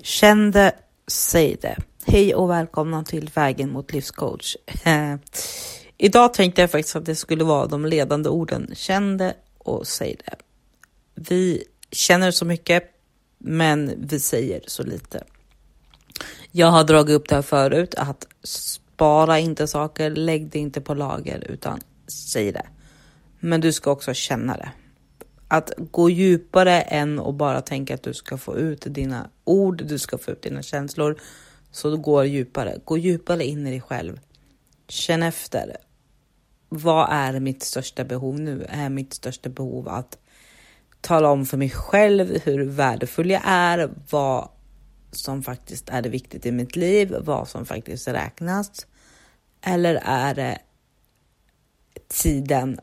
Känn det, säg det. Hej och välkomna till Vägen mot livscoach. Idag tänkte jag faktiskt att det skulle vara de ledande orden. Känn det och säg det. Vi känner så mycket, men vi säger så lite. Jag har dragit upp det här förut, att spara inte saker, lägg det inte på lager, utan säg det. Men du ska också känna det. Att gå djupare än att bara tänka att du ska få ut dina ord, du ska få ut dina känslor. Så gå djupare. Gå djupare in i dig själv. Känn efter. Vad är mitt största behov nu? Är mitt största behov att tala om för mig själv hur värdefull jag är? Vad som faktiskt är det viktigt i mitt liv? Vad som faktiskt räknas? Eller är det tiden...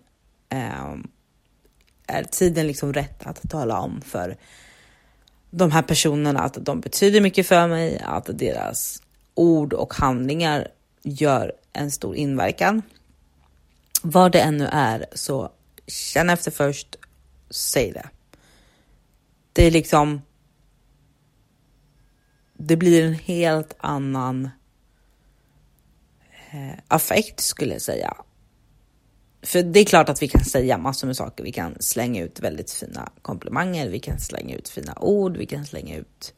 Är tiden liksom rätt att tala om för de här personerna att de betyder mycket för mig, att deras ord och handlingar gör en stor inverkan. Vad det ännu är, så känn efter först, säg det. Det är liksom, det blir en helt annan affekt skulle jag säga. För det är klart att vi kan säga massor med saker. Vi kan slänga ut väldigt fina komplimanger. Vi kan slänga ut fina ord. Vi kan slänga ut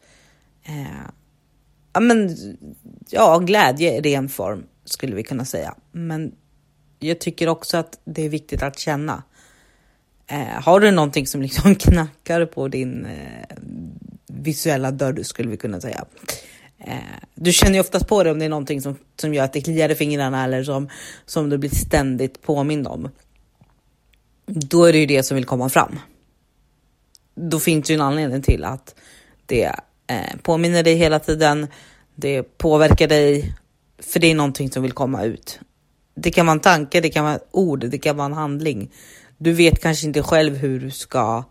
glädje i ren form skulle vi kunna säga. Men jag tycker också att det är viktigt att känna. Har du någonting som liksom knackar på din visuella dörr skulle vi kunna säga. Du känner ju oftast på det om det är någonting som gör att det kliar i fingrarna eller som du blir ständigt påmind om. Då är det ju det som vill komma fram. Då finns ju en anledning till att det påminner dig hela tiden. Det påverkar dig. För det är någonting som vill komma ut. Det kan vara en tanke, det kan vara ord, det kan vara en handling. Du vet kanske inte själv hur du ska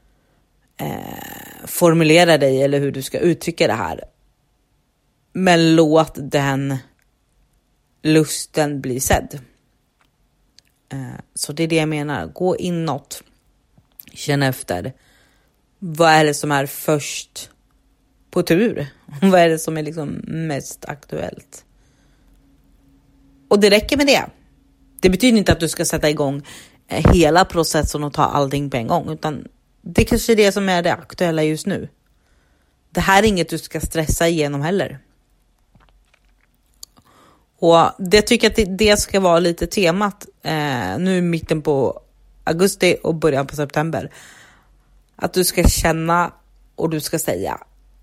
formulera dig eller hur du ska uttrycka det här. Men låt den lusten bli sedd. Så det är det jag menar. Gå inåt. Känn efter. Vad är det som är först på tur? Vad är det som är liksom mest aktuellt? Och det räcker med det. Det betyder inte att du ska sätta igång hela processen och ta allting på en gång. Utan det kanske är det som är det aktuella just nu. Det här är inget du ska stressa igenom heller. Och det tycker jag att det ska vara lite temat nu i mitten på augusti och början på september. Att du ska känna och du ska säga.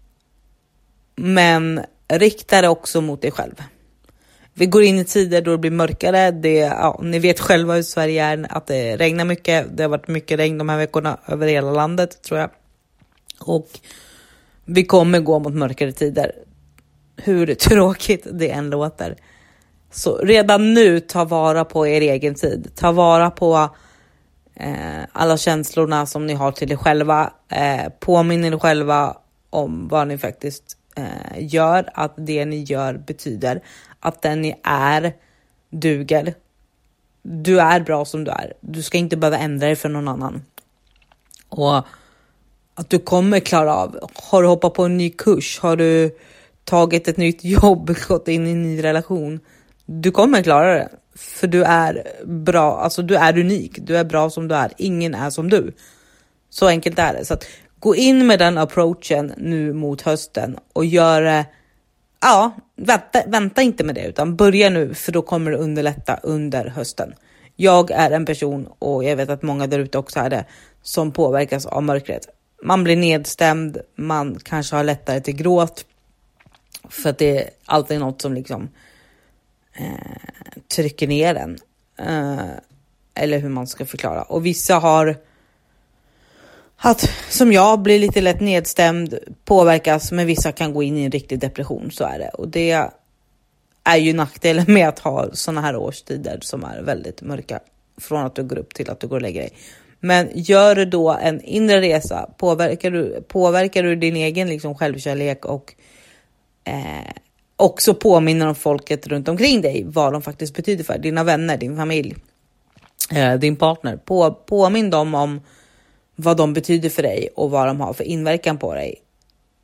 Men rikta det också mot dig själv. Vi går in i tider då det blir mörkare. Ni vet själva hur Sverige är, att det regnar mycket. Det har varit mycket regn de här veckorna över hela landet tror jag. Och vi kommer gå mot mörkare tider. Hur tråkigt det än låter. Så redan nu, ta vara på er egen tid. Ta vara på alla känslorna som ni har till er själva. Påminn er själva om vad ni faktiskt gör. Att det ni gör betyder. Att den ni är duger. Du är bra som du är. Du ska inte behöva ändra dig för någon annan. Och att du kommer klara av. Har du hoppat på en ny kurs? Har du tagit ett nytt jobb? Gått in i en ny relation? Du kommer klara det. För du är bra. Alltså du är unik. Du är bra som du är. Ingen är som du. Så enkelt är det. Så att gå in med den approachen nu mot hösten. Och gör det. Ja, vänta inte med det. Utan börja nu. För då kommer det underlätta under hösten. Jag är en person. Och jag vet att många där ute också är det. Som påverkas av mörkret. Man blir nedstämd. Man kanske har lättare till gråt. För att det är alltid något som liksom trycker ner den. Eller hur man ska förklara. Och vissa har att, som jag, blir lite lätt nedstämd, påverkas, men vissa kan gå in i en riktig depression, så är det. Och det är ju nackdelen med att ha såna här årstider som är väldigt mörka. Från att du går upp till att du går och lägger dig. Men gör du då en inre resa, påverkar du din egen liksom självkärlek och också påminner om folket runt omkring dig, vad de faktiskt betyder för dina vänner, din familj, din partner. Påminn dem om vad de betyder för dig och vad de har för inverkan på dig.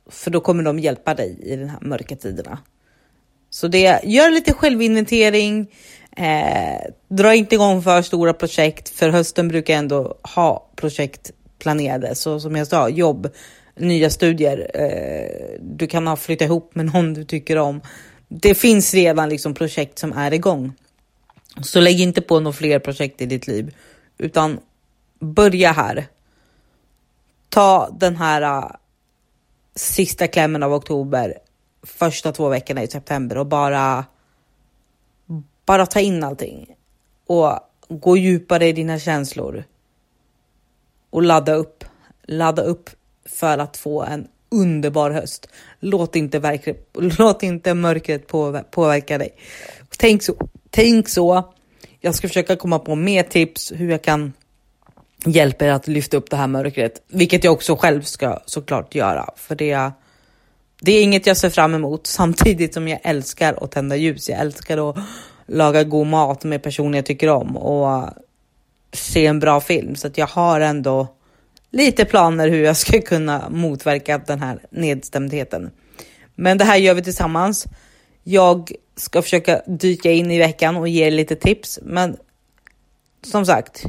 För då kommer de hjälpa dig i de här mörka tiderna. Så det, gör lite självinventering. Dra inte igång för stora projekt. För hösten brukar jag ändå ha projekt planerade. Så som jag sa, jobb, nya studier. Du kan flytta ihop med någon du tycker om. Det finns redan liksom projekt som är igång. Så lägg inte på några fler projekt i ditt liv. Utan börja här. Ta den här sista klämmen av oktober. Första 2 veckorna i september. Och bara ta in allting. Och gå djupare i dina känslor. Och ladda upp. Ladda upp för att få en underbar höst. Låt inte mörkret påverka dig. Tänk så. Jag ska försöka komma på mer tips hur jag kan hjälpa er att lyfta upp det här mörkret. Vilket jag också själv ska såklart göra. För det är inget jag ser fram emot. Samtidigt som jag älskar att tända ljus. Jag älskar att laga god mat med personer jag tycker om. Och se en bra film. Så att jag har ändå lite planer hur jag ska kunna motverka den här nedstämdheten. Men det här gör vi tillsammans. Jag ska försöka dyka in i veckan och ge er lite tips. Men som sagt,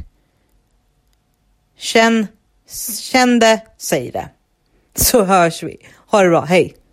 känn det, säg det. Så hörs vi. Ha det bra, hej!